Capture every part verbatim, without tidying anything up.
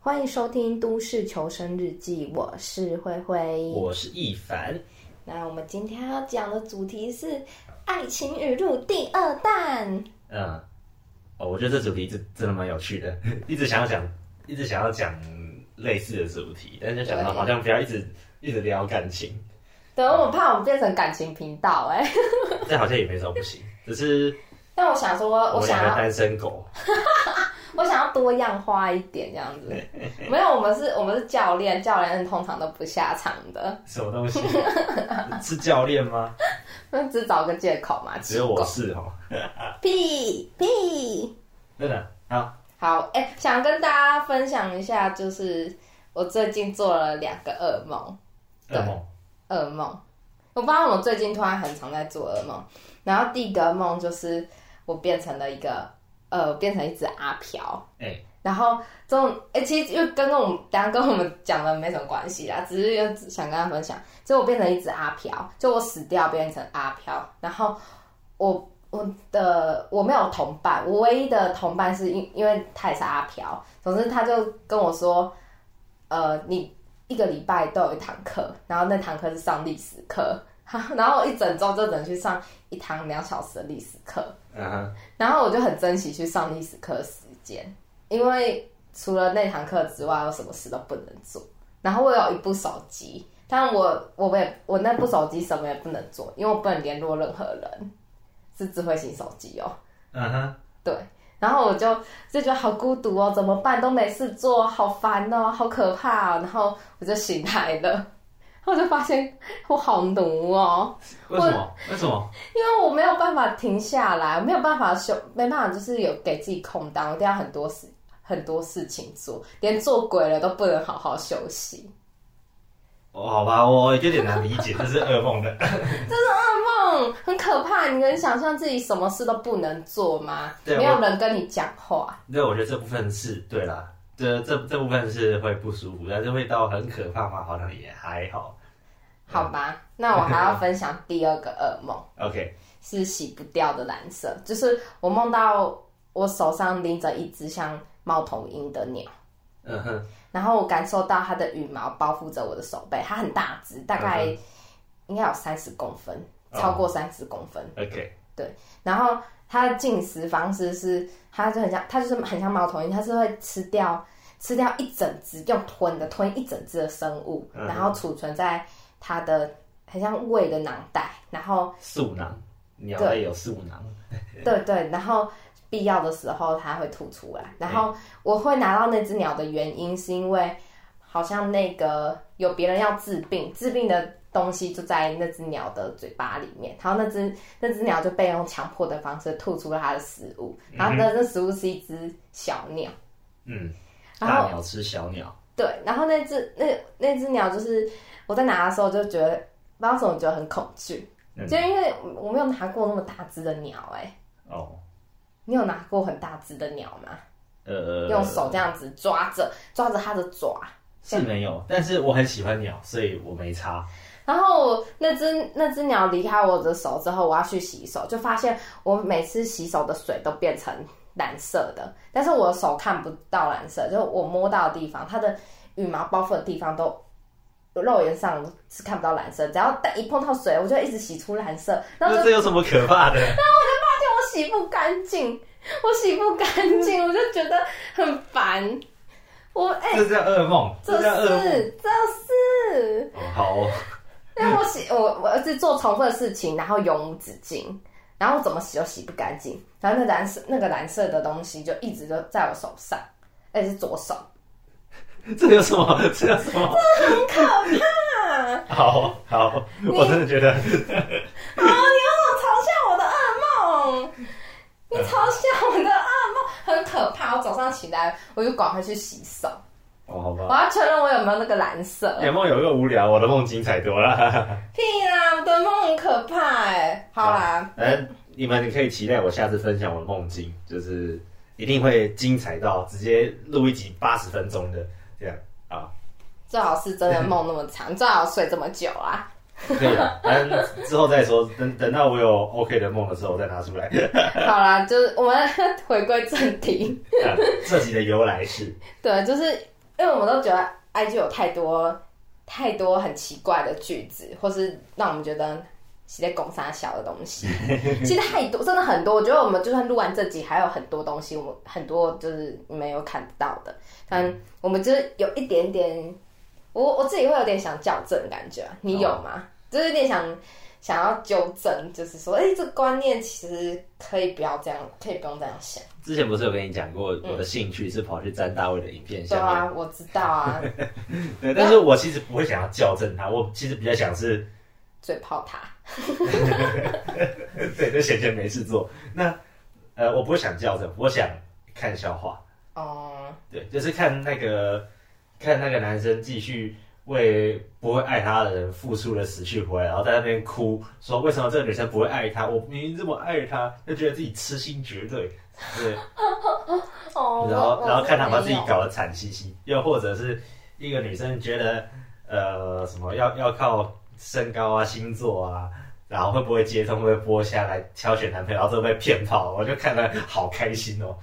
欢迎收听《都市求生日记》，我是慧慧， 我是易凡。 那我们今天要讲的主题是《爱情语录》第二弹。 嗯，哦，我觉得这主题真真的蛮有趣的，一直想要讲，一直想要讲类似的主题，但是就想到好像不要一直一直聊感情。 对，我怕我们变成感情频道哎、欸。 这好像也没什么不行，只是。 但我想说，我想要我两个单身狗。 我想要多样化一点这样子。没有，我们是我们是教练，教练通常都不下场的。 什么东西？是教练吗？ 那只找个借口嘛。 只有我是哦。 屁屁。 真的好。 好，哎、欸，想跟大家分享一下，就是我最近做了两个噩梦。 噩梦。 噩梦。我不知道我最近突然很常在做噩梦。然后第一个梦就是我变成了一个。呃，变成一只阿飘，哎、欸，然后这种，哎、欸，其实又跟我们，当然跟我们讲的没什么关系啦，只是又想跟他分享，就我变成一只阿飘，就我死掉变成阿飘，然后我我的我没有同伴，我唯一的同伴是因因为他也是阿飘，总之他就跟我说，呃，你一个礼拜都有一堂课，然后那堂课是上历史课。然后我一整周就只能去上一堂两小时的历史课， uh-huh. 然后我就很珍惜去上历史课的时间，因为除了那堂课之外，我什么事都不能做。然后我有一部手机，但我我也我那部手机什么也不能做，因为我不能联络任何人，是智慧型手机哦。嗯哼，对。然后我就就觉得好孤独哦，怎么办？都没事做，好烦哦，好可怕哦。然后我就醒来了。我就发现我好奴哦。 为什么？为什么？ 因为我没有办法停下来，没有办法休，没办法就是有给自己空档，我一定要很多事很多事情做，连做鬼了都不能好好休息。 哦，好吧，我有点难理解，这是噩梦的。 这是噩梦，很可怕。你能想象自己什么事都不能做吗？没有人跟你讲话。 对，我觉得这部分是对啦。这这这部分是会不舒服，但是会到很可怕吗？好像也还好。 好吧，嗯、那我还要分享第二个噩梦。 OK， 是洗不掉的蓝色，就是我梦到我手上拎着一只像猫头鹰的鸟，嗯哼，然后我感受到它的羽毛包覆着我的手背，它很大只，大概应该有三十公分，嗯、超过三十公分。 OK， 对，然后它的进食方式是，它就很像，它就是很像猫头鹰，它是会吃掉吃掉一整只，用吞的吞一整只的生物，嗯、然后储存在它的很像胃的囊袋，然后嗉囊，鸟类有嗉囊， 对对，然后必要的时候它会吐出来。然后我会拿到那只鸟的原因是因为好像那个有别人要治病，治病的东西就在那只鸟的嘴巴里面，然后那只那只鸟就被用强迫的方式吐出了它的食物，然后那那食物是一只小鸟， 嗯，大鸟吃小鸟， 对，然后那只那那只鸟就是我在拿的时候就觉得不知道为什么觉得很恐惧，嗯、就因为我没有拿过那么大只的鸟哎、欸，哦，你有拿过很大只的鸟吗？呃，用手这样子抓着抓着它的爪。 是没有，但是我很喜欢鸟，所以我没差。 然后那只那只鸟离开我的手之后，我要去洗手，就发现我每次洗手的水都变成蓝色的，但是我的手看不到蓝色，就我摸到的地方，它的羽毛包覆的地方都肉眼上是看不到蓝色，只要一碰到水，我就一直洗出蓝色。然后这有什么可怕的？ 然后我就发现我洗不干净，我洗不干净，我就觉得很烦。我哎， 欸、这叫噩梦， 这叫噩梦， 这是、 哦、好哦。 因为我洗我我是做重复的事情，然后永无止境，然后我怎么洗都洗不干净，然后那蓝色那个蓝色的东西就一直都在我手上，而且是左手。 这有什么？这有什么？ 这很可怕。 好好，我真的觉得。 哦，你为什么嘲笑我的噩梦？你嘲笑我的噩梦，很可怕。我早上起来，我就赶快去洗手。 哦，好吧。 我要确认我有没有那个蓝色。 你梦有个无聊，我的梦精彩多了。 屁啦，我的梦很可怕哎、欸。好啦， 嗯，你们可以期待我下次分享我的梦境，就是一定会精彩到直接录一集八十分钟的这样啊。 最好是真的梦那么长，最好睡这么久啊。 可以了，但之后再说。等等到我有 OK 的梦的时候再拿出来。 好啦，就是我们回归正题。 啊、这集的由来是， 对，就是因为我们都觉得 I G 有太多太多很奇怪的句子，或是让我们觉得是在拱杀小的东西，其实太多，真的很多。我觉得我们就算录完这集，还有很多东西，我们很多就是你们有看到的，但我们就是有一点点，我我自己会有点想校正的感觉，你有吗？哦、就是有点想想要纠正，就是说，哎、欸，这个观念其实可以不要这样，可以不用这样想。 之前不是有跟你讲过，我的兴趣是跑去站大卫的影片下面。 对啊，我知道啊。 对，但是我其实不会想要校正他，我其实比较想是嘴炮他。 对，就闲闲没事做。那呃，我不会想校正，我想看笑话。哦。对，就是看那个看那个男生继续为不会爱他的人付出了死去活来，然后在那边哭，说为什么这个女生不会爱他？我明明这么爱他，就觉得自己痴心绝对。对。哦。然后然后看他把自己搞得惨兮兮，又或者是一个女生觉得呃什么要要靠身高啊、星座啊，然后会不会接通、会不会剥虾来挑选男朋友，然后最后被骗跑，我就看得好开心哦！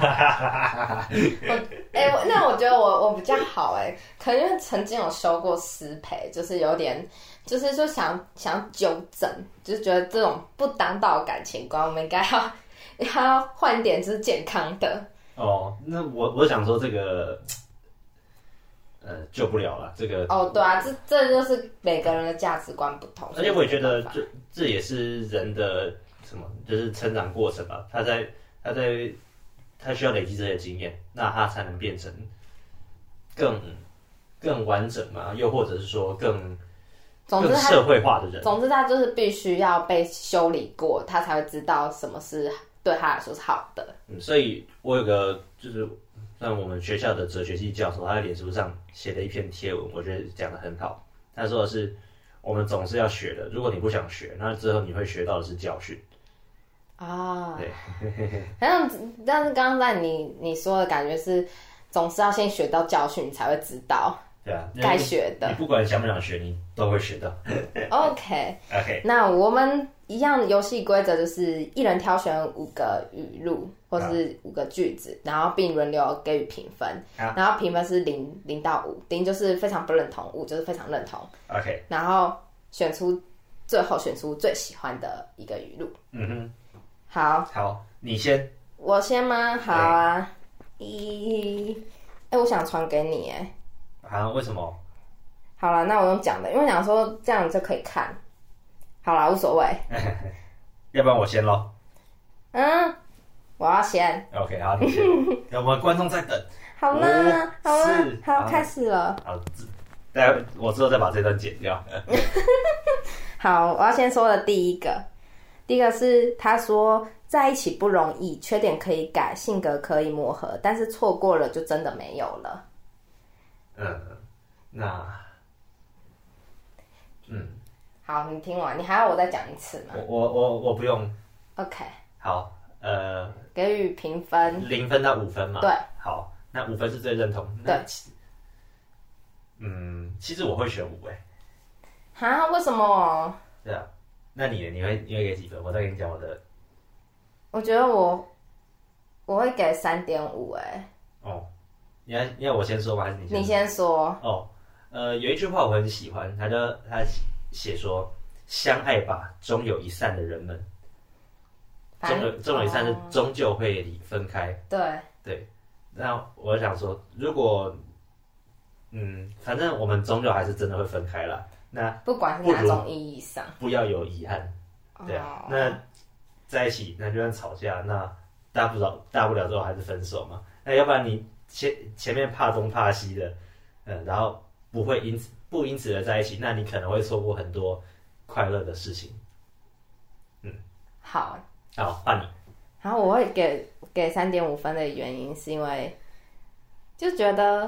哎、欸，那我觉得我我比较好哎、欸，可能因为曾经有修过师培，就是有点，就是说想想纠正，就是觉得这种不当道的感情观，我们应该要要换点就是健康的。 哦，那我我想说这个。呃，救不了了，这个哦，对啊，这这就是每个人的价值观不同， 而且我也觉得这这也是人的什么，就是成长过程吧。他在他在他需要累积这些经验，那他才能变成更更完整嘛，又或者是说更更社会化的人。 总之，他就是必须要被修理过，他才会知道什么是对他来说是好的。 嗯，所以我有个就是。像我们学校的哲学系教授，他在脸书上写的一篇贴文，我觉得讲得很好。他说的是，我们总是要学的，如果你不想学，那之后你会学到的是教训。 啊，对。但是但是刚刚在你你说的感觉是，总是要先学到教训，你才会知道。 对啊， 该学的。 你不管想不想学，你都会学到。 OK OK， 那我们一样游戏规则就是一人挑选五个语录或是五个句子，然后并轮流给予评分。然后评分是零零到五，零就是非常不认同，五就是非常认同。 OK， 然后选出最后选出最喜欢的一个语录。嗯哼，好， 好，你先。 我先吗？好啊。一，哎，我想传给你哎。 啊？为什么？ 好了，那我用讲的，因为我想说这样就可以看。好啦，无所谓。 要不然我先咯。 嗯，我要先。 OK， 好，你先。我们观众在等。 好啦，好啦，好，开始了。 好，待会我之后再把这段剪掉。 好，我要先说的第一个，第一个是他说在一起不容易，缺点可以改，性格可以磨合，但是错过了就真的没有了。 嗯，那，嗯， 好，你听完，你还要我再讲一次吗？ 我我我我不用。 OK。 好，呃， 给予评分， 零分到五分嘛。 对。 好，那五分是最认同。 对。 嗯，其实我会选五哎。 哈？为什么？ 对啊，那你你会你会给几分？我再跟你讲我的。 我觉得我我会给三点五哎。 哦。你要你要我先说吗？还是你先说？ 你先说。 哦，呃，有一句话我很喜欢，他就他写说：“相爱吧，终有一散的人们。”终有终有一散是终究会分开。 对对，那我想说，如果嗯，反正我们终究还是真的会分开啦。那不管是哪种意义上， 不要有遗憾。对啊，那在一起，那就算吵架，那大不了大不了之后还是分手嘛。那要不然你。前前面怕东怕西的，嗯，然后不会因此不因此而在一起，那你可能会错过很多快乐的事情。嗯， 好， 好，换你。 然后我会给给三点五分的原因是因为，就觉得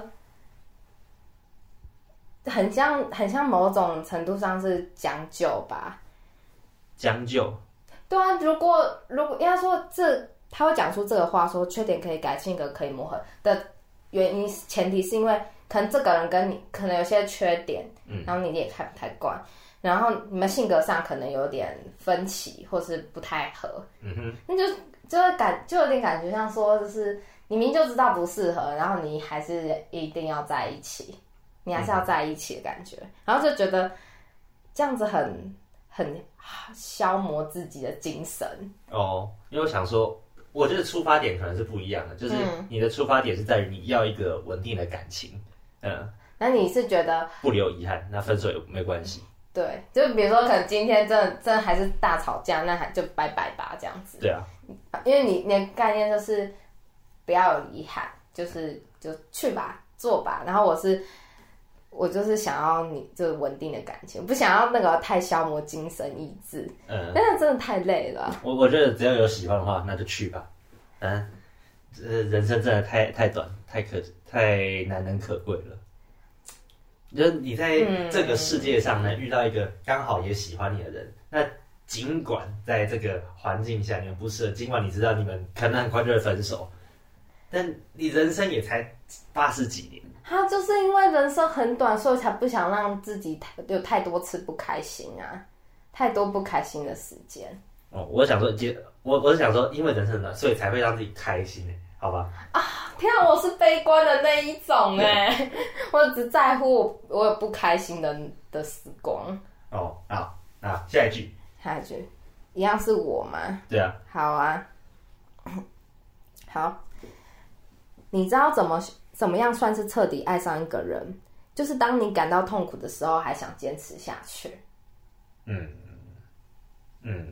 很像很像某种程度上是将就吧。 将就。 对啊，如果如果要说这他会讲出这个话，说缺点可以改，性格可以磨合的。原因前提是因为可能这个人跟你可能有些缺点，嗯，然后你也看不太惯，然后你们性格上可能有点分歧，或是不太合，嗯哼，那就就会感就有点感觉像说，就是你你明明就知道不适合，然后你还是一定要在一起，你还是要在一起的感觉，嗯、然后就觉得这样子很很消磨自己的精神。 哦，因为我想说，我觉得出发点可能是不一样的，就是你的出发点是在于你要一个稳定的感情，嗯， 那你是觉得不留遗憾，那分手也没关系。 对，就比如说，可能今天真的真的还是大吵架，那还就拜拜吧，这样子。 对啊， 因为你你的概念就是不要有遗憾，就是就去吧，做吧。然后我是我就是想要你就是稳定的感情，不想要那个太消磨精神意志。嗯，但是真的太累了。 我我觉得只要有喜欢的话，那就去吧。嗯，这人生真的太太短，太可太难能可贵了。就是你在这个世界上呢，嗯、遇到一个刚好也喜欢你的人，那尽管在这个环境下你们不适合，尽管你知道你们可能很快就会分手，但你人生也才八十几年。 他就是因为人生很短，所以才不想让自己有太多次不开心啊，太多不开心的时间。 哦，我想说，我我是想说，因为人生很短，所以才会让自己开心哎，好吧？ 啊，天啊，我是悲观的那一种哎，我只在乎我有不开心的的时光。 哦，好，那下一句， 下一句，一样是我吗？ 对啊。 好啊，好，你知道怎么怎么样算是彻底爱上一个人？就是当你感到痛苦的时候，还想坚持下去。嗯嗯。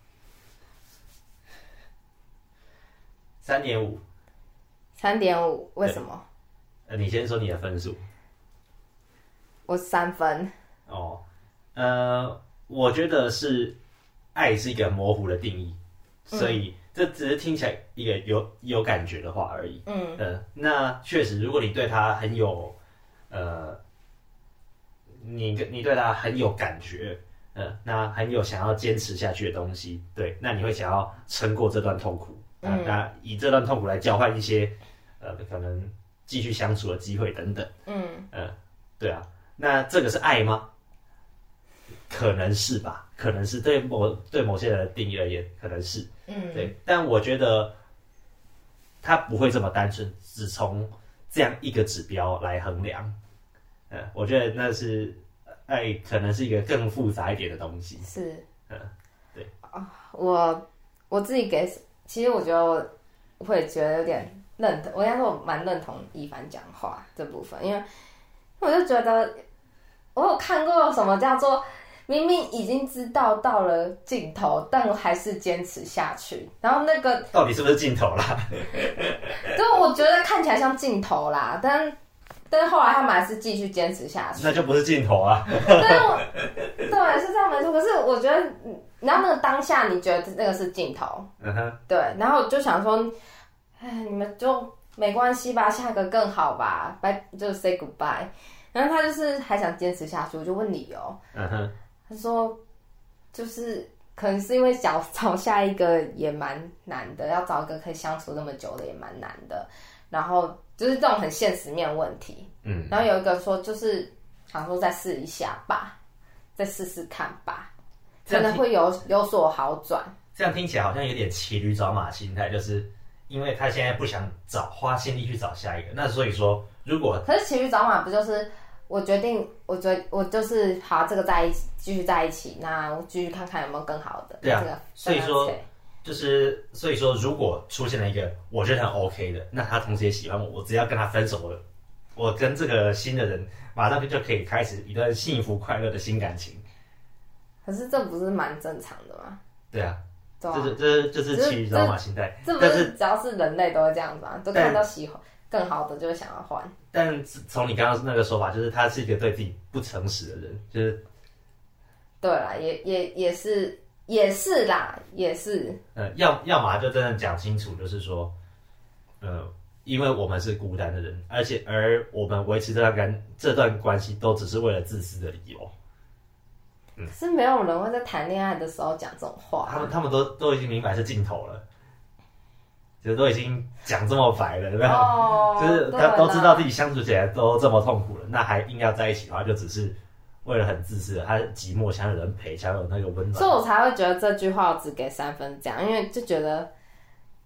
三点五， 三点五，为什么？ 呃，你先说你的分数。 我三分。 哦，呃，我觉得是爱是一个模糊的定义，嗯、所以这只是听起来一个有有感觉的话而已。嗯，呃，那确实，如果你对他很有，呃，你你对他很有感觉，呃，那很有想要坚持下去的东西，对，那你会想要撑过这段痛苦。嗯、那以这段痛苦来交换一些，呃，可能继续相处的机会等等。嗯，呃，对啊，那这个是爱吗？可能是吧，可能是对某对某些人的定义而言，可能是。嗯，对，但我觉得他不会这么单纯，只从这样一个指标来衡量。呃，我觉得那是爱，可能是一个更复杂一点的东西。 是， 嗯，对。 啊，我我自己给。其实我觉得我会觉得有点认同，我应该说我蛮认同一凡讲话这部分，因为我就觉得我有看过什么叫做明明已经知道到了尽头，但我还是坚持下去，然后那个到底是不是尽头啦？ 就我觉得看起来像尽头啦，但但是后来他们还是继续坚持下去， 那就不是尽头啊。 但是我对是这样没错，可是我觉得。然后那个当下，你觉得那个是尽头，嗯哼，对。然后我就想说，哎，你们就没关系吧，下个更好吧，拜，就 say goodbye。然后他就是还想坚持下去，我就问理由，嗯哼，他说就是可能是因为想找下一个也蛮难的，要找一个可以相处那么久的也蛮难的。然后就是这种很现实面的问题，嗯。然后有一个说就是想说再试一下吧，再试试看吧。可能会有有所好转。 这样听起来好像有点骑驴找马心态，就是因为他现在不想找花心力去找下一个，那所以说如果可是骑驴找马不就是我决定，我决我就是好这个在一起继续在一起，那我继续看看有没有更好的。 对啊， 这个所以说就是所以说如果出现了一个我觉得很 OK 的，那他同时也喜欢我，我只要跟他分手了，我跟这个新的人马上就可以开始一段幸福快乐的新感情。 可是这不是蛮正常的吗？ 对啊，对啊，这这就是骑驴找马心态。 这不是只要是人类都会这样子吗？都看到喜欢更好的就会想要换。 但从你刚刚那个说法，就是他是一个对自己不诚实的人，就是对啦，也也也是也是啦，也是。 呃，要要么就真的讲清楚，就是说，呃，因为我们是孤单的人，而且而我们维持这段关这段关系都只是为了自私的理由。 可是没有人会在谈恋爱的时候讲这种话、啊。 他们他们都都已经明白是尽头了，就都已经讲这么白了，对不对？哦、就是他都知道自己相处起来都这么痛苦了，那还硬要在一起的话，就只是为了很自私的，他寂寞想有人陪，想有那个温暖。 所以我才会觉得这句话我只给三分讲，因为就觉得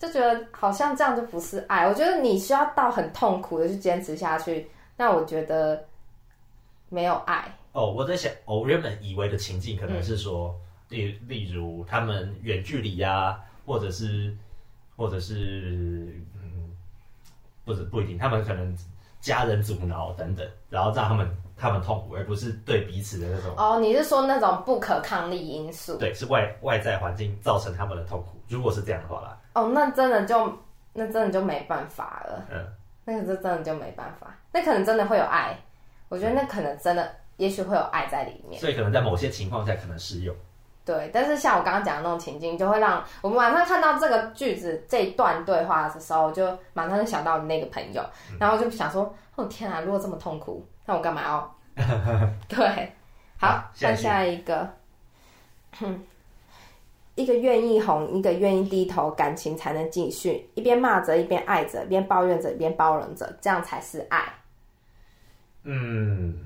就觉得好像这样就不是爱。我觉得你需要到很痛苦的去坚持下去，那我觉得没有爱。 哦，我在想，我原本以为的情境可能是说，嗯、例例如他们远距离啊，或者是或者是嗯，不是不一定，他们可能家人阻挠等等，然后让他们他们痛苦，而不是对彼此的那种。 哦，你是说那种不可抗力因素？ 对，是外外在环境造成他们的痛苦。如果是这样的话啦， 哦，那真的就那真的就没办法了。嗯，那个真的就没办法。那可能真的会有爱，我觉得那可能真的，也许会有爱在里面。 所以可能在某些情况下可能适用。 对，但是像我刚刚讲的那种情境，就会让我们马上看到这个句子这一段对话的时候，就马上就想到那个朋友，嗯、然后就想说：哦天啊，如果这么痛苦，那我干嘛要？对，好，换下一个。一个愿意哄，一个愿意低头，感情才能继续。一边骂着，一边爱着；一边抱怨着，一边包容着，这样才是爱。嗯，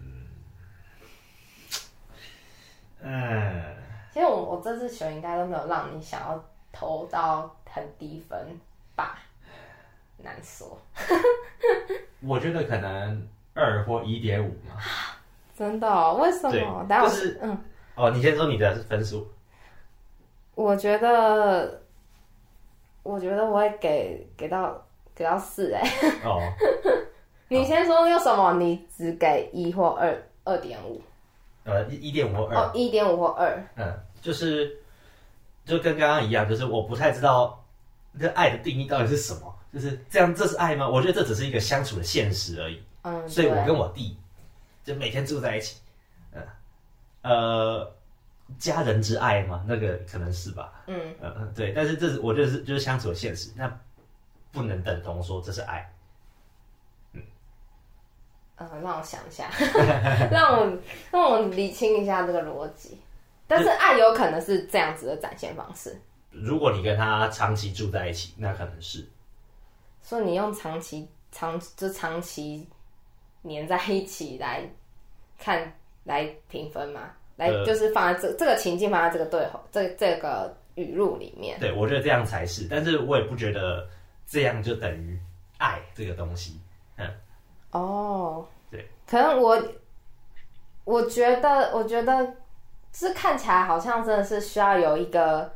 嗯。其实我我这次选应该都没有让你想要投到很低分吧？难说。 我觉得可能二或一点五嘛。 真的、哦？为什么？但、就是、嗯。 哦，你先说你的分数。 我觉得，我觉得我会给给到给到四哎。哦。你先说用什么？你只给一或二二点五。 呃，一点五或二。 哦，一点五或二。 嗯，就是就跟刚刚一样，就是我不太知道这爱的定义到底是什么，就是这样，这是爱吗？我觉得这只是一个相处的现实而已。嗯。所以我跟我弟就每天住在一起。嗯。呃。家人之爱嘛，那个可能是吧。嗯嗯嗯，对。但是这是我觉得是就是相处的现实，那不能等同说这是爱。 嗯，呃，让我想一下，让我让我理清一下这个逻辑。但是爱有可能是这样子的展现方式。 如果你跟他长期住在一起，那可能是。 所以你用长期长就长期黏在一起来看来评分吗？来，就是放在这这个情境，放在这个对话，这这个语录里面。 对，我觉得这样才是，但是我也不觉得这样就等于爱这个东西。嗯。 哦。 对。 可能我，我觉得，我觉得，是看起来好像真的是需要有一个，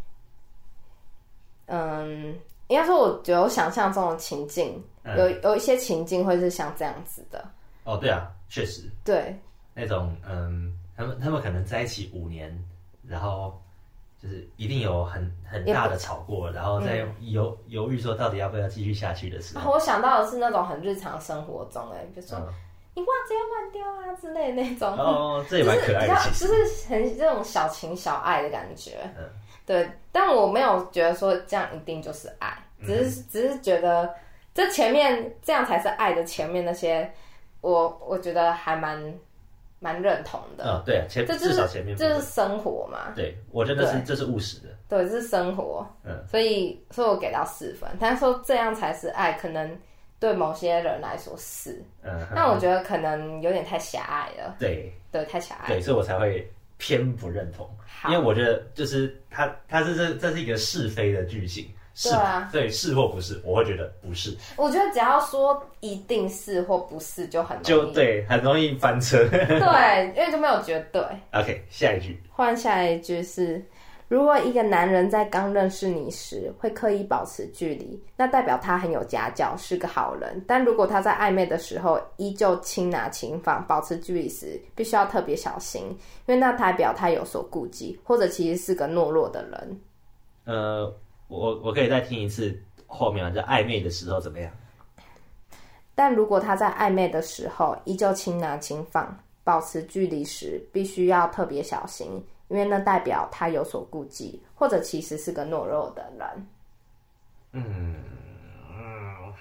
嗯，应该说，我有想象中的情境，嗯、有有一些情境会是像这样子的。 哦，对啊，确实。 对。 那种，嗯。他们他们可能在一起五年，然后就是一定有很很大的吵过，然后再犹犹豫说到底要不要继续下去的时候。 啊、我想到的是那种很日常生活中哎，比如说、嗯、你袜子要乱丢啊之类的那种。 哦，这也蛮可爱的， 就是就是很这种小情小爱的感觉。嗯，对，但我没有觉得说这样一定就是爱，只是、嗯、只是觉得这前面这样才是爱的前面那些，我我觉得还蛮。蛮认同的。 嗯，对，前至少前面这是生活嘛。 对，我觉得是这是务实的。 对，这是生活。嗯，所以所以我给到四分。但是说这样才是爱，可能对某些人来说是。嗯，但我觉得可能有点太狭隘了。 对， 对，太狭隘。 对，所以我才会偏不认同。因为我觉得就是他他是这这是一个是非的句型。是啊，对，是或不是，我会觉得不是。 我觉得只要说一定是或不是，就很容易就对，很容易翻车。 对，因为就没有绝对。 OK， 下一句。 换下一句是：如果一个男人在刚认识你时会刻意保持距离，那代表他很有家教，是个好人。但如果他在暧昧的时候依旧轻拿轻放，保持距离时，必须要特别小心，因为那代表他有所顾忌，或者其实是个懦弱的人。 呃。我我可以再听一次后面在暧昧的时候怎么样？ 但如果他在暧昧的时候依旧轻拿轻放，保持距离时，必须要特别小心，因为那代表他有所顾忌，或者其实是个懦弱的人。嗯嗯，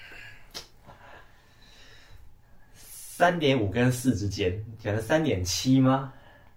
三点五跟四之间，可能三点七吗？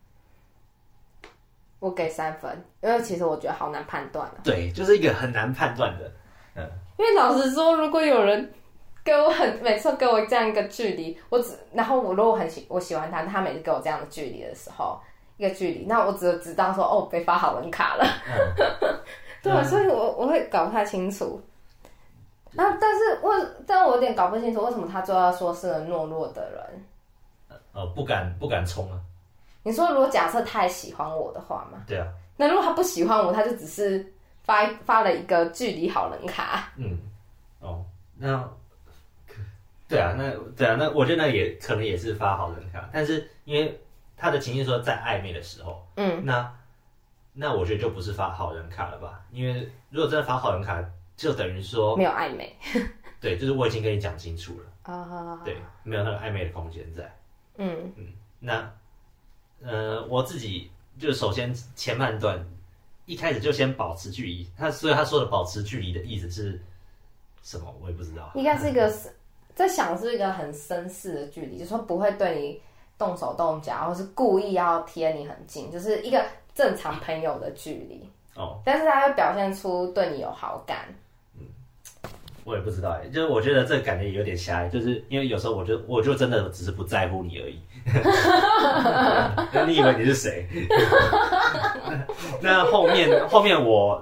我给三分，因为其实我觉得好难判断、啊、 对，就是一个很难判断的。嗯， 因为老实说，如果有人跟我很每次给我这样一个距离，我只然后我如果很喜我喜欢他，他每次给我这样的距离的时候，一个距离，那我只知道说哦，被发好人卡了。嗯、 对，嗯、所以我我会搞不太清楚。然后，但是我但我有点搞不清楚，为什么他最后说是个懦弱的人？ 呃，不敢不敢冲啊。 你说如果假设太喜欢我的话嘛？ 对啊。 那如果他不喜欢我，他就只是发发了一个距离好人卡。 嗯，哦，那对啊，那对啊，那我觉得那也可能也是发好人卡，但是因为他的情境说在暧昧的时候，嗯，那那我觉得就不是发好人卡了吧？因为如果真的发好人卡，就等于说没有暧昧。 对，就是我已经跟你讲清楚了啊，对，没有那个暧昧的空间在。嗯嗯，那呃，我自己。就首先前半段一开始就先保持距离，他所以他说的保持距离的意思是什么？我也不知道。 应该是一个在想是一个很绅士的距离，就是说不会对你动手动脚，或是故意要贴你很近，就是一个正常朋友的距离。哦。但是他会表现出对你有好感。 嗯，我也不知道哎，就是我觉得这个感觉有点狭隘，就是因为有时候我就我就真的只是不在乎你而已。你以为你是谁？那后面后面我，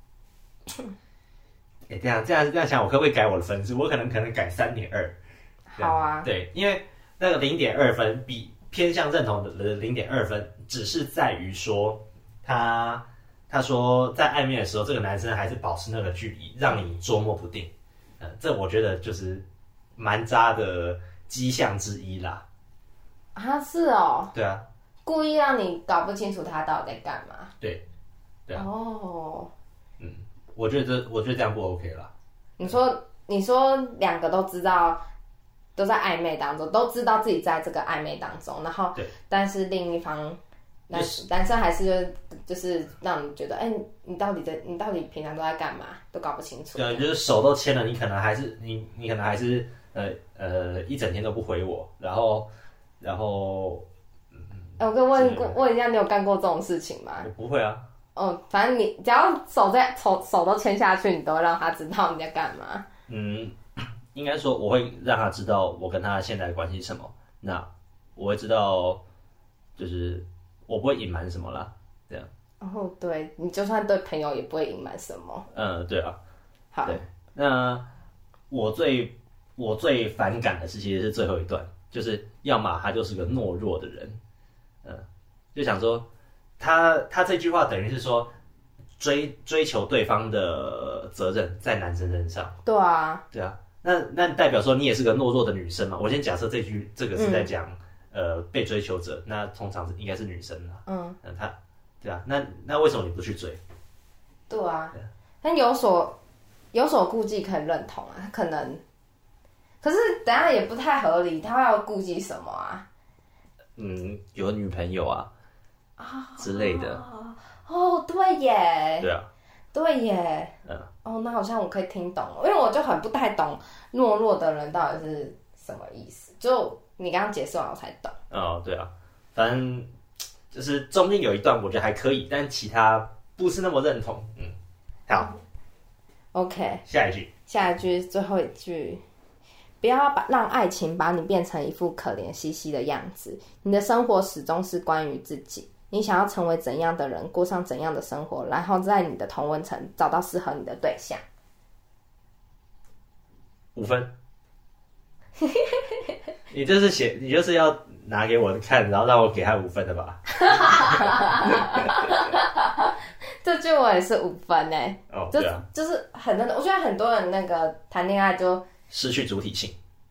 哎、欸，这样这样这样想，我可不可以改我的分数？我可能可能改三点二。 好啊。 对，因为那个零点二分比偏向认同的零点二分，只是在于说他他说在暧昧的时候，这个男生还是保持那个距离，让你捉摸不定。呃，这我觉得就是蛮渣的迹象之一啦。 啊，是哦。 对啊。 故意让你搞不清楚他到底在干嘛。 对。对啊。 哦。 嗯，我觉得这，我觉得这样不 OK 啦。 你说，你说两个都知道，都在暧昧当中，都知道自己在这个暧昧当中，然后， 对， 但是另一方，男男生还是就就是让你觉得，哎、欸，你到底在，你到底平常都在干嘛，都搞不清楚。 对，就是手都牵了，你可能还是你，你可能还是呃呃一整天都不回我，然后。然后，嗯， 哎、欸，我可以问问一下，你有干过这种事情吗？ 我不会啊。 哦，反正你只要手在手手都牵下去，你都会让他知道你在干嘛。 嗯，应该说我会让他知道我跟他现在的关系是什么。那我会知道，就是我不会隐瞒什么啦，这样。 哦，对，你就算对朋友也不会隐瞒什么。 嗯，对啊。 好。 对，那我最我最反感的是其实是最后一段。就是要么他就是个懦弱的人，嗯，就想说他他这句话等于是说追追求对方的责任在男生身上。 对啊， 对啊，那那代表说你也是个懦弱的女生嘛？我先假设这句这个是在讲、嗯、呃被追求者，那通常是应该是女生啦。嗯，嗯他对啊，那那为什么你不去追？ 对啊，但有所有所顾忌可以认同啊，可能。可是等一下也不太合理，他要顾忌什么啊？ 嗯，有女朋友啊，啊之类的。 哦，对耶。 对啊。 对耶。嗯。哦，那好像我可以听懂了，因为我就很不太懂懦弱的人到底是什么意思。就你刚刚解释完我才懂。 哦，对啊，反正就是中间有一段我觉得还可以，但其他不是那么认同。嗯，好。 OK。 下一句。 下一句，最后一句。不要把让爱情把你变成一副可怜兮兮的样子。你的生活始终是关于自己。你想要成为怎样的人，过上怎样的生活，然后在你的同温层找到适合你的对象。 五分。你这是写，你就是要拿给我看，然后让我给他五分的吧？ 这句我也是五分哎。 哦，对啊， 就就是很多，我觉得很多人那个谈恋爱就。 失去主体性。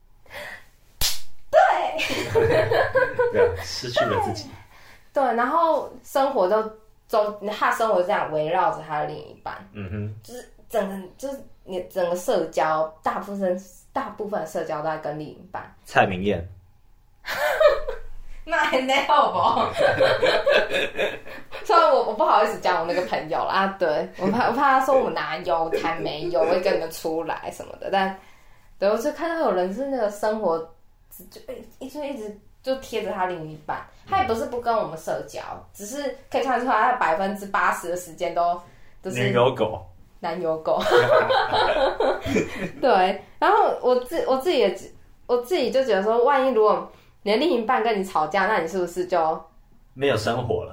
对。 对啊，失去了自己。 对，然后生活都周，他生活这样围绕着他的另一半。嗯哼。就是整个，就是你整个社交，大部分大部分的社交都在跟另一半。 蔡明燕。 那还能好不好？虽然我我不好意思讲我那个朋友啦，对我怕我怕他说我哪有才没有，我会跟你们出来什么的，但。对，我是看到有人是那个生活，就一直一直就贴着他另一半，他也不是不跟我们社交，只是可以看出来他百分之八十的时间都都是男友狗， 男友狗。对，然后我自我自己也我自己就觉得说，万一如果你的另一半跟你吵架，那你是不是就没有生活了？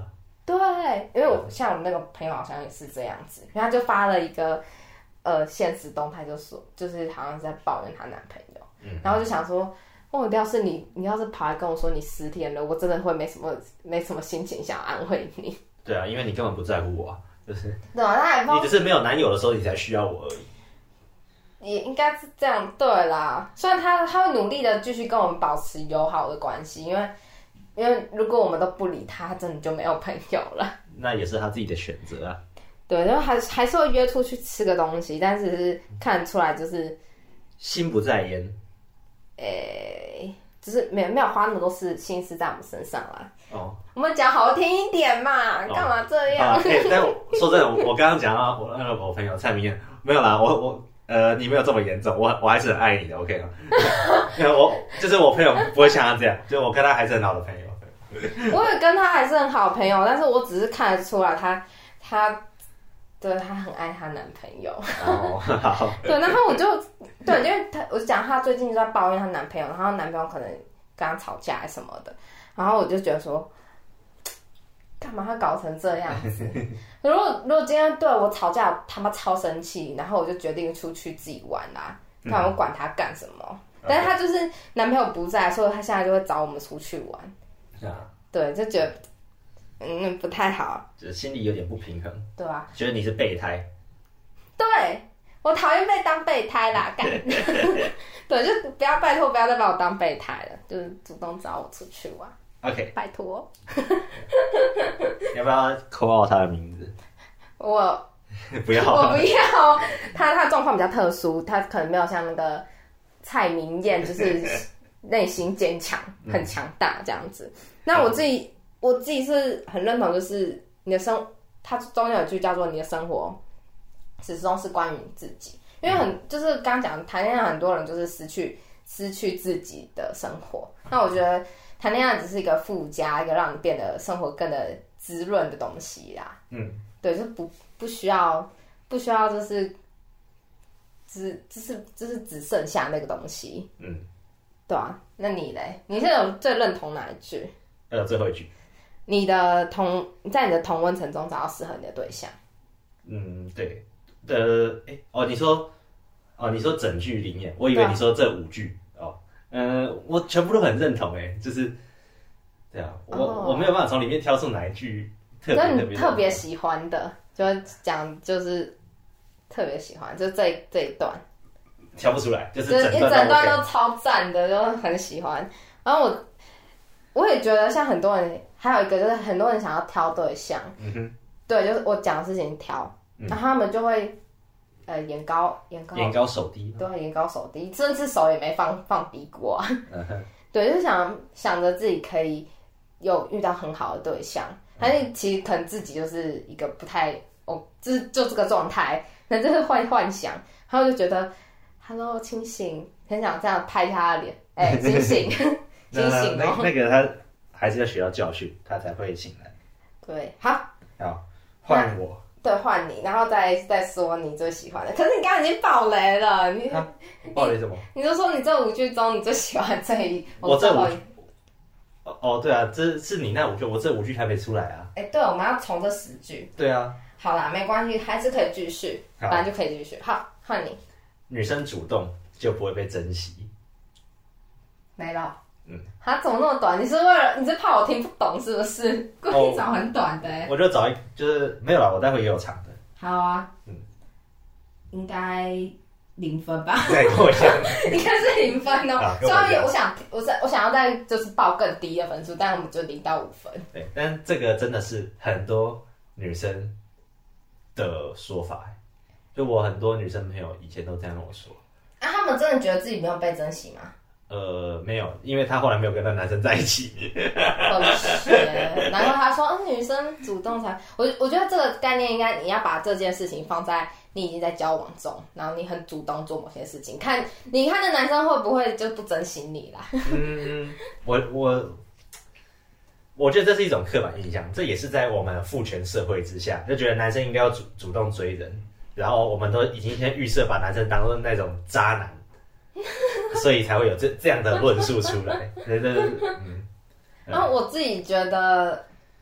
对，因为我像我那个朋友好像也是这样子，然后他就发了一个呃现实动态，就说就是好像是在抱怨她男朋友，嗯、然后就想说，哦，要是你你要是跑来跟我说你十天了，我真的会没什么没什么心情想安慰你。 对啊，因为你根本不在乎我、啊，就是对啊，他还你只是没有男友的时候你才需要我而已。 也应该是这样，对啦。虽然他他会努力的继续跟我们保持友好的关系，因为因为如果我们都不理他，他真的就没有朋友了。 那也是他自己的选择啊。 对，就还还是会约出去吃个东西，但是是看得出来就是心不在焉。 诶、欸，就是没有没有花那么多事心思在我们身上啦。 哦， 我们讲好听一点嘛，干、哦、嘛这样？ 啊欸、但说真的，我刚刚讲到我那个我朋友蔡明燕，没有啦，我我。呃，你没有这么严重，我我还是很爱你的 ，OK 吗？我就是我朋友不会像他这样，就我跟他还是很好的朋友。 我也跟他还是很好朋友，但是我只是看得出来他他对他很爱她男朋友。哦，好。对，然后我就对，因为他我就讲他最近就在抱怨她男朋友，然后男朋友可能跟他吵架还是什么的，然后我就觉得说。干嘛他搞成这样子？如果如果今天对我吵架，他妈超生气，然后我就决定出去自己玩啦、啊，看我管他干什么。嗯、但是他就是男朋友不在，所以他现在就会找我们出去玩。啊，对，就觉得嗯不太好， 就心里有点不平衡。 对啊， 觉得你是备胎。 对，我讨厌被当备胎啦，干。对，就不要拜托，不要再把我当备胎了，就是主动找我出去玩。 OK， 拜托。 要不要call out他的名字？ 我不要， 我不要。他他状况比较特殊，他可能没有像那个蔡明燕，就是内心坚强、很强大这样子。那我自己我自己是很认同，就是你的生，他中间有句叫做“你的生活始终是关于你自己”，因为很就是刚刚讲谈恋爱，很多人就是失去失去自己的生活。那我觉得。谈恋爱只是一个附加，一个让你变得生活更的滋润的东西啦。嗯，对，就不不需要不需要，就是只就是就是只剩下那个东西。嗯，对啊。那你嘞？你现在有最认同哪一句？ 呃，最后一句。 你的同在你的同温层中找到适合你的对象。 嗯，对。呃，哎、欸，哦，你说，哦，你说整句里面，我以为你说这五句。呃，我全部都很认同哎，就是对啊，我、oh. 我没有办法从里面挑出哪一句特别特别特别喜欢的，就讲就是特别喜欢，就这这一段挑不出来，就是整段、OK、一整段都超赞的，就很喜欢。然后我我也觉得，像很多人，还有一个就是很多人想要挑对象，嗯哼，对，就是我讲的事情挑，嗯、然后他们就会。呃，眼高眼高眼高手低， 对，眼高手低，甚至手也没放放低过、啊。Uh-huh. 对，就想想着自己可以有遇到很好的对象，但是其实可能自己就是一个不太，哦，就是就这个状态，可能就是幻幻想，然后就觉得 ，Hello， 清醒，很想这样拍他的脸，哎、欸，清醒，清醒哦。那那个他还是要学到教训，他才会醒来。 对，好， 好，换我。 对，换你，然后再再说你最喜欢的。可是你刚刚已经爆雷了，你爆雷什么？ 你就说你这五句中你最喜欢这一， 我这五句。哦，对啊，这是你那五句，我这五句还没出来啊。 哎、欸，对，我们要从这十句。 对啊。 好啦，没关系，还是可以继续，本来就可以继续。好，换你。 女生主动就不会被珍惜。 没了。嗯，它怎么那么短？你是为了你是怕我听不懂是不是？故意找很短的、欸哦。 我就找一，就是没有啦，我待会也有长的。 好啊，嗯，应该零分吧？ 对，跟我一样， 应该是零分哦。所以我想，我想，我想要再就是报更低的分数，但我们就零到五分。 对，但这个真的是很多女生的说法，就我很多女生朋友以前都这样跟我说。 啊，他们真的觉得自己没有被珍惜吗？ 呃，没有，因为他后来没有跟那男生在一起。 哦，是，难怪他说，嗯，女生主动才，我我觉得这个概念应该你要把这件事情放在你已经在交往中，然后你很主动做某些事情，看你看那男生会不会就不珍惜你啦？ 嗯，我我我觉得这是一种刻板印象，这也是在我们父权社会之下，就觉得男生应该要主主动追人，然后我们都已经先预设把男生当作那种渣男。所以才会有这这样的论述出来，对对对，嗯。 然后我自己觉得，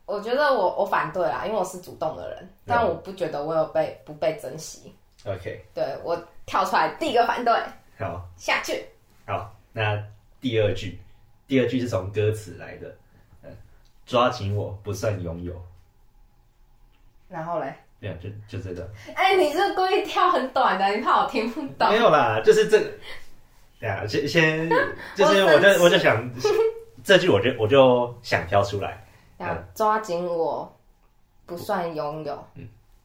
我觉得我我反对啦，因为我是主动的人，但我不觉得我有被不被珍惜。 OK， 对我跳出来第一个反对。 好， 下去。 好，那第二句，第二句是从歌词来的，嗯，抓紧我不算拥有。 然后嘞？ 对啊，就就这个。 哎、欸，你是故意跳很短的，你怕我听不懂？ 没有啦，就是这个。对啊，先先就是我就我就想这句我就我就想挑出来。 嗯、抓紧我不算拥有。嗯。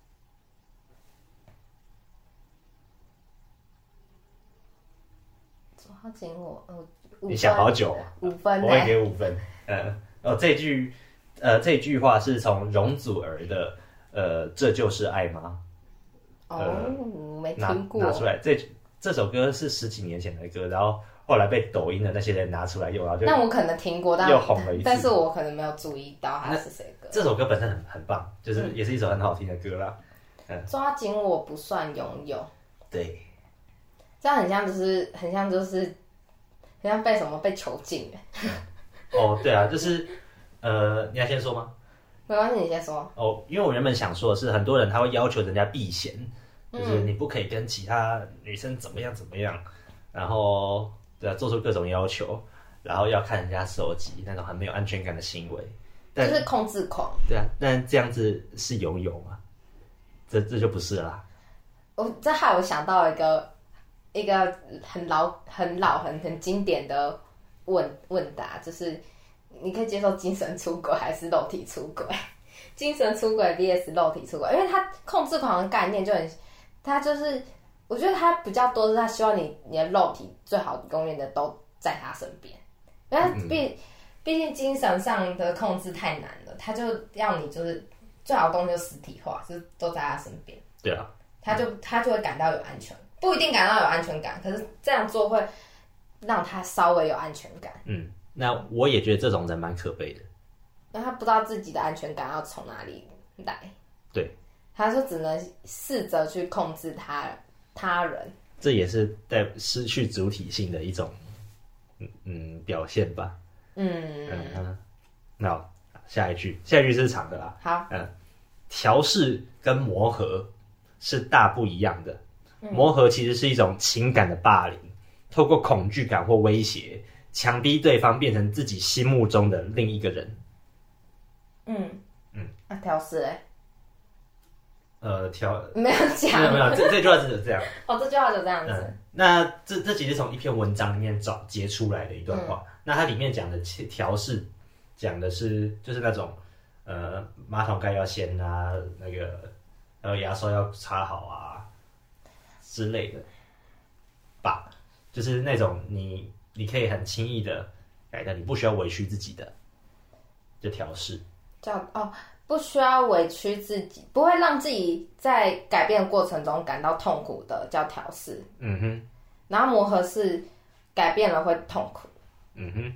抓紧我，呃， 你想好久、啊， 五分、欸， 我会给五分。嗯，哦，这句，呃，这句话是从容祖儿的，呃，这就是爱吗？ 哦，呃、没听过。 拿, 拿出来，这这首歌是十几年前的歌，然后后来被抖音的那些人拿出来用，然后就那我可能听过，但又红了一次， 但是我可能没有注意到它是谁歌。 这首歌本身很很棒，就是也是一首很好听的歌啦。 嗯，抓紧我不算拥有。 对。 这样很像，就是很像，就是很像被什么被囚禁哦，对啊，就是呃，你要先说吗？ 没关系，你先说。 哦，因为我原本想说的是，很多人他会要求人家避嫌，就是你不可以跟其他女生怎么样怎么样，然后对啊，做出各种要求，然后要看人家手机那种很没有安全感的行为， 就是控制狂。 对啊，但这样子是拥有吗？这这就不是啦。 我这害我想到一个。一个很老、很老、很很经典的问问答，就是你可以接受精神出轨还是肉体出轨？精神出轨 V S 肉体出轨，因为他控制狂的概念就很，他就是我觉得他比较多是他希望你你的肉体最好永远的都在他身边，因为毕毕竟精神上的控制太难了，他就要你就是最好的东西就实体化，就是都在他身边。 对啊， 他就他就会感到有安全。不一定感到有安全感，可是这样做会让他稍微有安全感。 嗯，那我也觉得这种人蛮可悲的， 因为他不知道自己的安全感要从哪里来。 对， 他说只能试着去控制他他人， 这也是在失去主体性的一种嗯嗯表现吧。嗯嗯嗯，那下一句，下一句是长的啦。 好， 嗯，调试跟磨合是大不一样的。磨合其实是一种情感的霸凌，透过恐惧感或威胁，强逼对方变成自己心目中的另一个人。 嗯嗯，啊，调试哎， 呃，调没有讲， 没有没有，这这句话只有这样。 哦，这句话就这样子。 嗯、那这这其实从一篇文章里面找截出来的一段话。嗯、那它里面讲的调试，讲的是就是那种呃马桶盖要掀啊，那个然后牙刷要擦好啊。之类的吧，就是那种你你可以很轻易的改掉，你不需要委屈自己的，就调试。 叫哦，不需要委屈自己，不会让自己在改变的过程中感到痛苦的，叫调试。嗯哼。然后磨合是改变了会痛苦。嗯哼。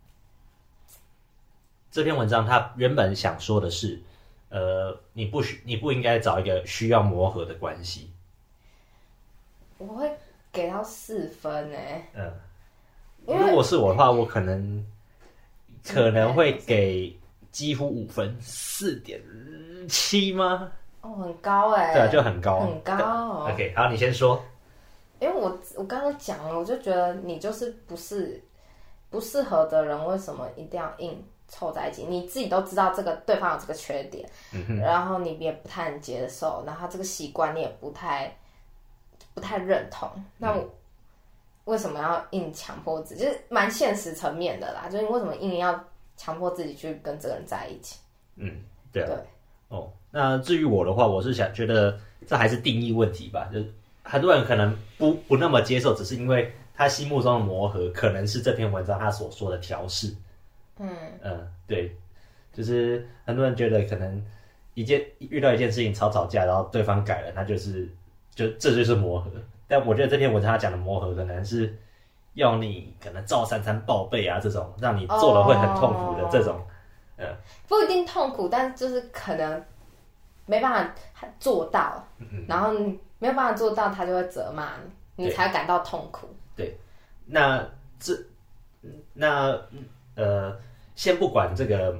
这篇文章他原本想说的是，呃，你不需你不应该找一个需要磨合的关系。 我会给到四分诶。嗯， 如果是我的话，我可能可能会给几乎五分，四点七吗？ 哦，很高哎。 对啊，就很高， 很高、哦。 OK， 好，你先说。 因为我我刚刚讲了，我就觉得你就是不是不适合的人，为什么一定要硬凑在一起？你自己都知道这个对方有这个缺点，嗯、然后你也不太能接受，然后他这个习惯你也不太。不太认同，那我为什么要硬强迫自己？就是蛮现实层面的啦，就是你为什么硬要强迫自己去跟这个人在一起？ 嗯，对啊。对哦，那至于我的话，我是想觉得这还是定义问题吧。就是很多人可能不不那么接受，只是因为他心目中的磨合，可能是这篇文章他所说的调试。嗯嗯，对，就是很多人觉得可能一件遇到一件事情吵吵架，然后对方改了，那就是。就这就是磨合，但我觉得这篇文章他讲的磨合，可能是要你可能照三餐报备啊，这种让你做了会很痛苦的这种，呃、 哦，不一定痛苦，但就是可能没办法做到，嗯、然后没有办法做到，他就会责骂你，你才感到痛苦。 对，那这那呃，先不管这个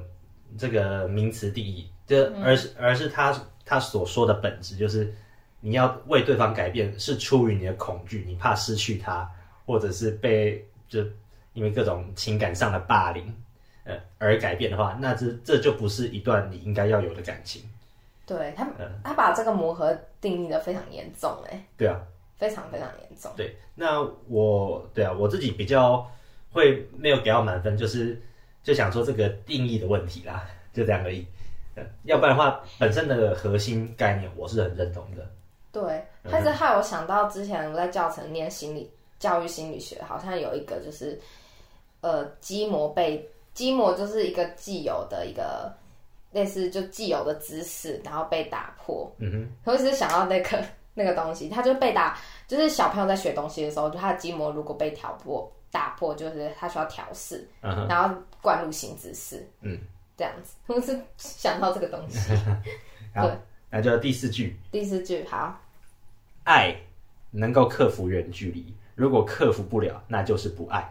这个名词定义，就而是、嗯、而是他他所说的本质，就是你要为对方改变，是出于你的恐惧，你怕失去他，或者是被就因为各种情感上的霸凌，呃而改变的话，那这这就不是一段你应该要有的感情。 对他，嗯、他把这个磨合定义的非常严重，哎， 对啊， 非常非常严重。 对，那我对啊，我自己比较会没有给到满分，就是就想说这个定义的问题啦，就这样而已。要不然的话，本身的核心概念我是很认同的。 对，它是害我想到之前我在教程念心理教育心理学，好像有一个就是呃基模被基模就是一个既有的一个类似就既有的知识，然后被打破。嗯哼，我只是想到那个那个东西，它就被打，就是小朋友在学东西的时候，就他的基模如果被挑破打破，就是他需要调试，嗯、然后灌入新知识。嗯。这样子，我是想到这个东西。 对，那就第四句。 第四句好， 爱能够克服远距离，如果克服不了，那就是不爱。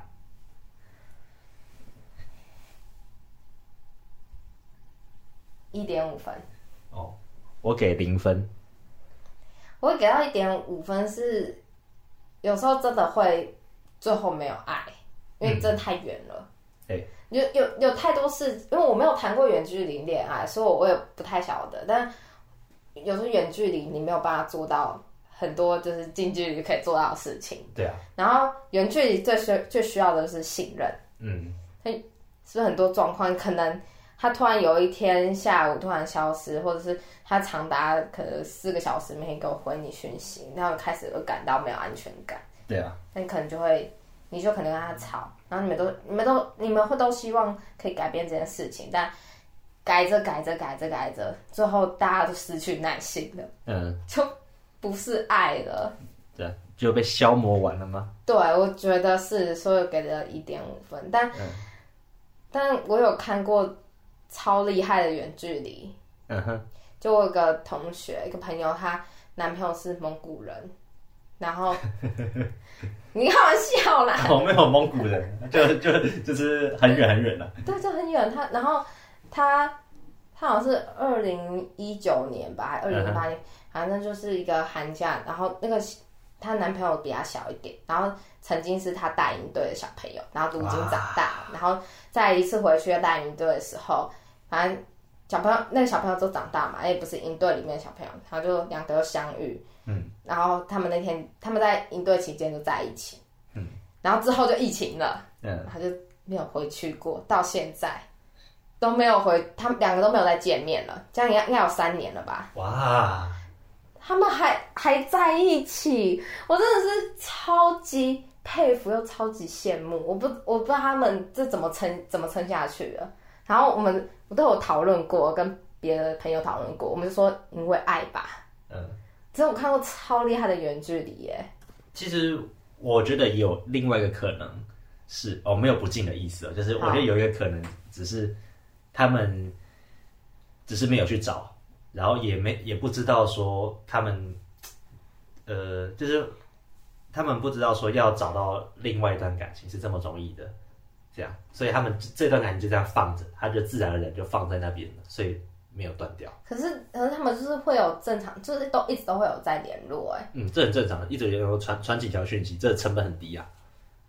一点五分。 哦，我给零分。 我会给到一点五分是，有时候真的会最后没有爱，因为真的太远了。 嗯欸有有有太多事，因为我没有谈过远距离恋爱，所以我也不太晓得。但有时候远距离你没有办法做到很多，就是近距离可以做到的事情。 对啊。 然后远距离最需最需要的是信任。嗯。是不是很多状况，可能他突然有一天下午突然消失，或者是他长达可能四个小时没给我回你讯息，然后开始会感到没有安全感。 对啊。 那你可能就会。你就可能跟他吵，然后你们都、你们都、你们会都希望可以改变这件事情，但改着改着改着改着，最后大家都失去耐心了，嗯，就不是爱了， 对，就被消磨完了吗？ 对，我觉得是，所以给了一点五分，但、嗯、但我有看过超厉害的远距离，嗯哼，就我有个同学，一个朋友，她男朋友是蒙古人。然后，你开玩笑啦！ 我、哦、没有蒙古人，就就就是很远很远了。 对，就很远。他然后他他好像是二零一九年吧，还二零一八年，反正就是一个寒假。然后那个她男朋友比她小一点，然后曾经是她带营队的小朋友，然后如今长大，然后再一次回去要带营队的时候，反正小朋友那个小朋友都长大嘛，也不是营队里面的小朋友，然后就两个又相遇。嗯，然后他们那天他们在营队期间就在一起，嗯，然后之后就疫情了，嗯，他就没有回去过，到现在都没有回，他们两个都没有再见面了，这样应该应该有三年了吧？哇，他们还还在一起，我真的是超级佩服又超级羡慕，我不我不知道他们这怎么撑怎么撑下去的。然后我们我都有讨论过，跟别的朋友讨论过，我们就说因为爱吧，嗯。其实我看过超厉害的远距离耶。 其实我觉得也有另外一个可能是哦，没有不敬的意思哦，就是我觉得有一个可能只是他们只是没有去找，然后也没也不知道说他们呃，就是他们不知道说要找到另外一段感情是这么容易的，这样，所以他们这段感情就这样放着，他就自然而然就放在那边了，所以。没有断掉， 可是可是他们就是会有正常，就是都一直都会有在联络哎。 嗯，这很正常的，一直联络传传几条讯息，这成本很低啊。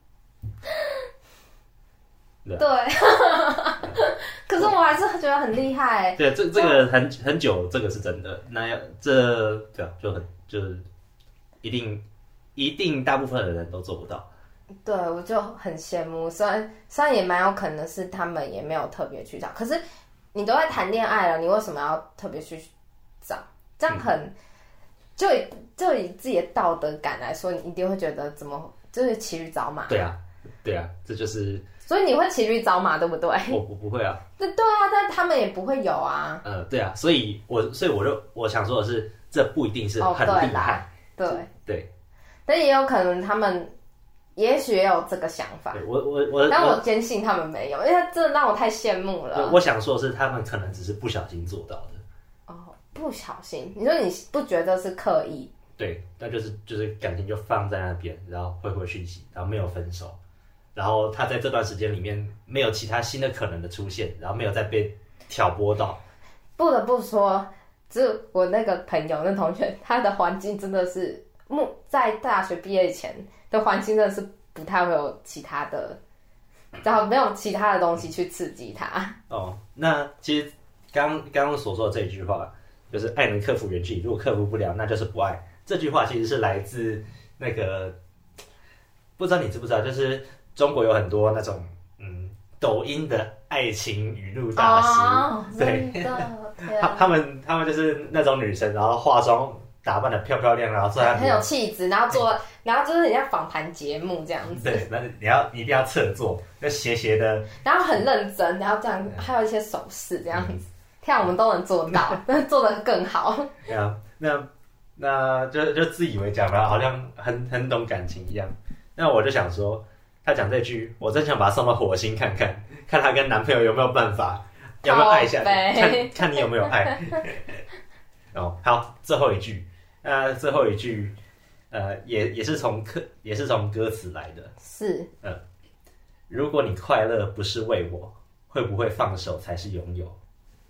对，对可是我还是觉得很厉害。 对，这这个很很久，这个是真的。那要这对啊，就很就是一定一定大部分的人都做不到。 对，我就很羡慕，虽然虽然也蛮有可能是他们也没有特别去找，可是。你都在谈恋爱了，你为什么要特别去找？这样很，嗯、就以就以自己的道德感来说，你一定会觉得怎么就是骑驴找马。 对啊，对啊，这就是。 所以你会骑驴找马，对不对？ 我我不会啊。 对对啊，但他们也不会有啊。 呃，对啊，所以我所以我就我想说的是，这不一定是很厉害。 哦、对对对， 但也有可能他们。也许也有这个想法， 我我我， 但我坚信他们没有，因为他真的让我太羡慕了。 我想说的是，他们可能只是不小心做到的。 哦，不小心？你说你不觉得是刻意？ 对，那就是就是感情就放在那边，然后回回讯息，然后没有分手，然后他在这段时间里面没有其他新的可能的出现，然后没有再被挑拨到。 不得不说，就是我那个朋友、那同学，他的环境真的是，目在大学毕业前的环境真的是不太会有其他的，然后没有其他的东西去刺激他。 哦，那其实刚刚刚所说的这一句话，就是爱能克服远距离，如果克服不了，那就是不爱。这句话其实是来自那个，不知道你知不知道，就是中国有很多那种嗯抖音的爱情语录大师，哦、对，他他们他们就是那种女生，然后化妆打扮的漂漂亮亮，然后坐在很有气质，然后做，然后就是很像访谈节目这样子。 对，那你要你一定要侧坐，要斜斜的， 然后很认真，然后这样，还有一些手势这样子，这样我们都能做到，但做得更好。 对啊，那那就就自以为讲的好像很很懂感情一样。那我就想说，他讲这句，我真想把他送到火星看看，看他跟男朋友有没有办法，有没有爱下去，看看你有没有爱。哦，好，最后一句，呃，最后一句，呃，也也是从歌，也是从歌词来的。 是， 嗯、呃，如果你快乐不是为我，会不会放手才是拥有？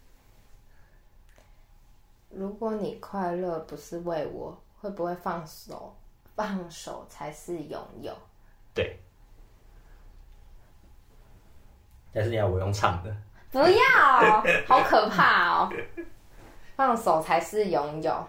如果你快乐不是为我，会不会放手？放手才是拥有。 对。但是你要我用唱的。 不要，好可怕哦！放手才是拥有。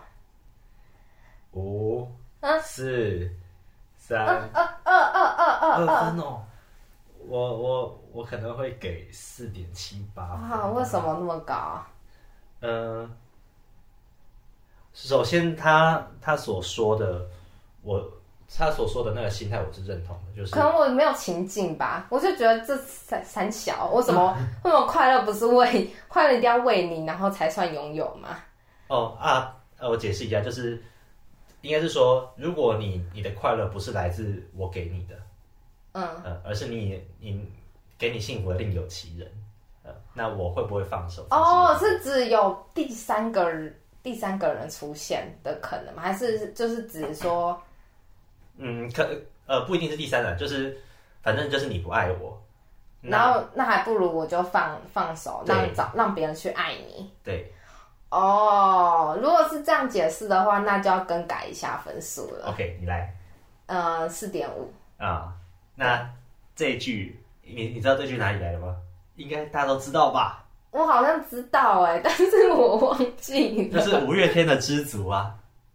五、四、三、 二二二二二二分哦。我我我可能会给四点七八。 啊，为什么那么高啊？ 嗯、呃，首先他他所说的，我他所说的那个心态，我是认同的，就是可能我没有情境吧，我就觉得这三三小，为什么为什么快乐不是为快乐一定要为你，然后才算拥有吗？ 哦啊，呃，我解释一下，就是应该是说，如果你你的快乐不是来自我给你的，嗯，呃，而是你你给你幸福的另有其人，呃，那我会不会放手？ 哦，是指有第三个人第三个人出现的可能吗？还是就是指说？ 嗯，可呃不一定是第三人，就是反正就是你不爱我， 然后那还不如我就放放手，让找让别人去爱你。 对。 哦，如果是这样解释的话，那就要更改一下分数了。 OK， 你来。 呃，四点五。啊， 那这一句你你知道这句哪里来的吗？应该大家都知道吧？ 我好像知道哎、欸，但是我忘记了。 就是五月天的《知足》啊。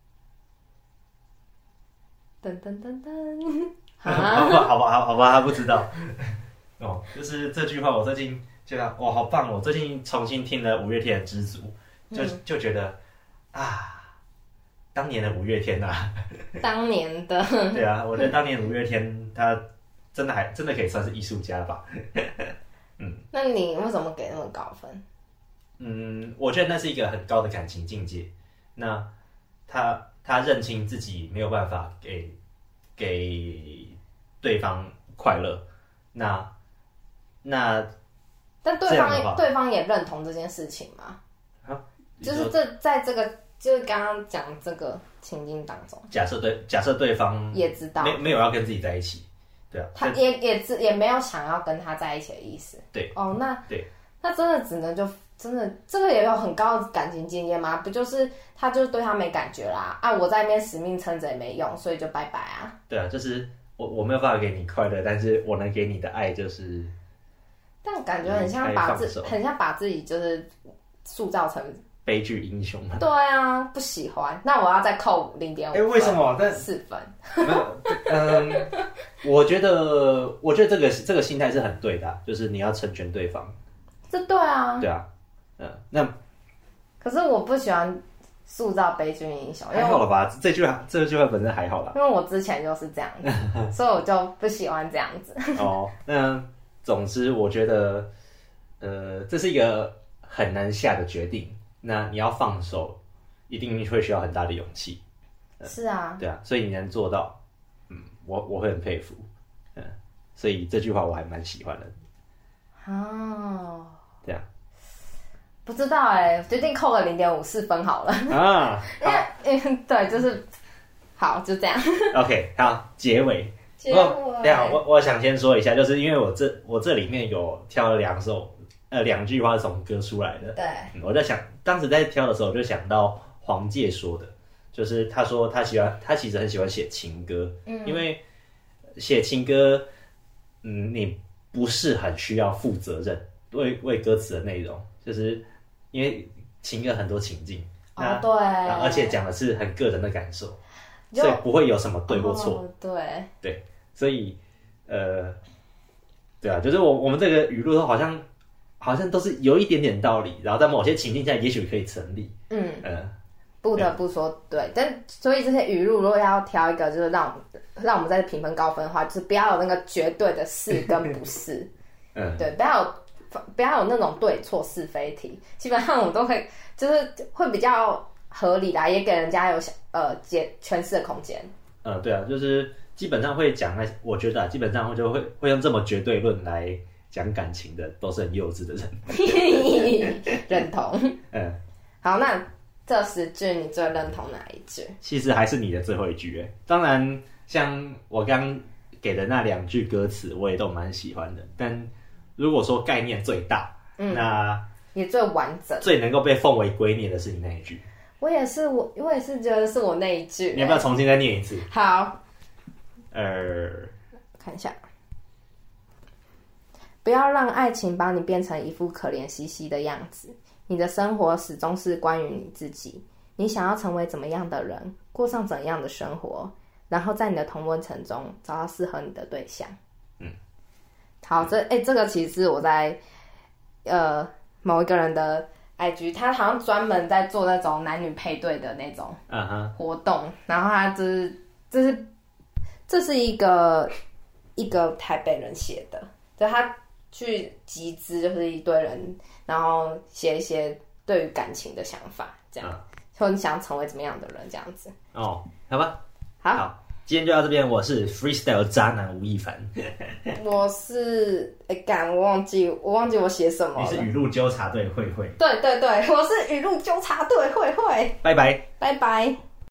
噔噔噔噔， 好吧，好吧，好好吧，他不知道。哦，就是这句话，我最近觉得哇，好棒！我最近重新听了五月天的《知足》，就就觉得啊，当年的五月天呐、啊， 当年的， 对啊，我觉得当年五月天他真的还真的可以算是艺术家吧。 嗯，那你为什么给那么高分？ 嗯，我觉得那是一个很高的感情境界。那他。他认清自己没有办法给给对方快乐，那那但对方对方也认同这件事情吗？啊，就是这在这个就是刚刚讲这个情境当中， 假设对假设对方也知道没没有要跟自己在一起，对啊， 他也也知也没有想要跟他在一起的意思， 对哦，那对， 那真的只能就。真的，这个也有很高的感情经验吗？不就是他就是对他没感觉啦啊！我在那边死命撑着也没用，所以就拜拜啊！ 对啊，就是我我没有办法给你快乐，但是我能给你的爱就是， 但感觉很像把自很像把自己就是塑造成悲剧英雄。 对啊，不喜欢，那我要再扣零点五。 哎，为什么？但四分。 嗯，我觉得我觉得这个这个心态是很对的、啊，就是你要成全对方。 这对啊。 对啊。嗯，那可是我不喜欢塑造悲剧英雄， 还好了吧？这句话这句话本身还好啦， 因为我之前就是这样子，所以我就不喜欢这样子。 哦，那总之我觉得，呃，这是一个很难下的决定。那你要放手，一定会需要很大的勇气。 呃、是啊， 对啊，所以你能做到，嗯，我我会很佩服。嗯，所以这句话我还蛮喜欢的。哦，这样。 不知道哎、欸，决定扣个零点五四分好了啊，因为嗯对，就是好就这样。 OK， 好，结尾。 结尾。 对啊，我我想先说一下，就是因为我这我这里面有挑了两首， 呃两句话是从歌出来的。 对， 嗯、我在想，当时在挑的时候，我就想到黄玠说的，就是他说他喜欢，他其实很喜欢写情歌，嗯，因为写情歌，嗯，你不是很需要负责任，为为歌词的内容，就是因为情歌很多情境， 哦，对， 而且讲的是很个人的感受，所以不会有什么对或错， 哦，对对，所以呃，对啊，就是我我们这个语录好像好像都是有一点点道理，然后在某些情境下也许可以成立，嗯呃。 不得不说，对，但所以这些语录如果要挑一个，就是让我们让我们在评分高分的话，就是不要有那个绝对的是跟不是，嗯，对，不要有不要有那种对错是非题，基本上我们都会就是会比较合理啦，也给人家有呃解诠释的空间。嗯， 对啊，就是基本上会讲那，我觉得、啊、基本上就会会用这么绝对论来讲感情的，都是很幼稚的人。 认同。嗯，好，那。这十句你最认同哪一句？ 其实还是你的最后一句耶。当然，像我刚给的那两句歌词，我也都蛮喜欢的。但如果说概念最大，嗯，那也最完整、 最能够被奉为圭臬的是你那一句。 我也是，我我也是觉得是我那一句。 你要不要重新再念一次？ 好。 呃， 看一下。不要让爱情把你变成一副可怜兮兮的样子。你的生活始终是关于你自己，你想要成为怎么样的人，过上怎样的生活，然后在你的同温层中找到适合你的对象。嗯，好，这哎、欸，这个其实是我在呃某一个人的 I G， 他好像专门在做那种男女配对的那种活动， uh-huh. 然后他就是这是这是一个一个台北人写的，就他去集资，就是一堆人。然后写一些对于感情的想法，这样，说、嗯、你想成为怎么样的人，这样子。 哦，好吧， 好， 好，今天就到这边。我是 Freestyle 渣男吴亦凡， 我是哎干、欸，我忘记我忘记我写什么了。 你是语录纠察队慧慧， 对对对，我是语录纠察队慧慧。 拜拜， 拜拜。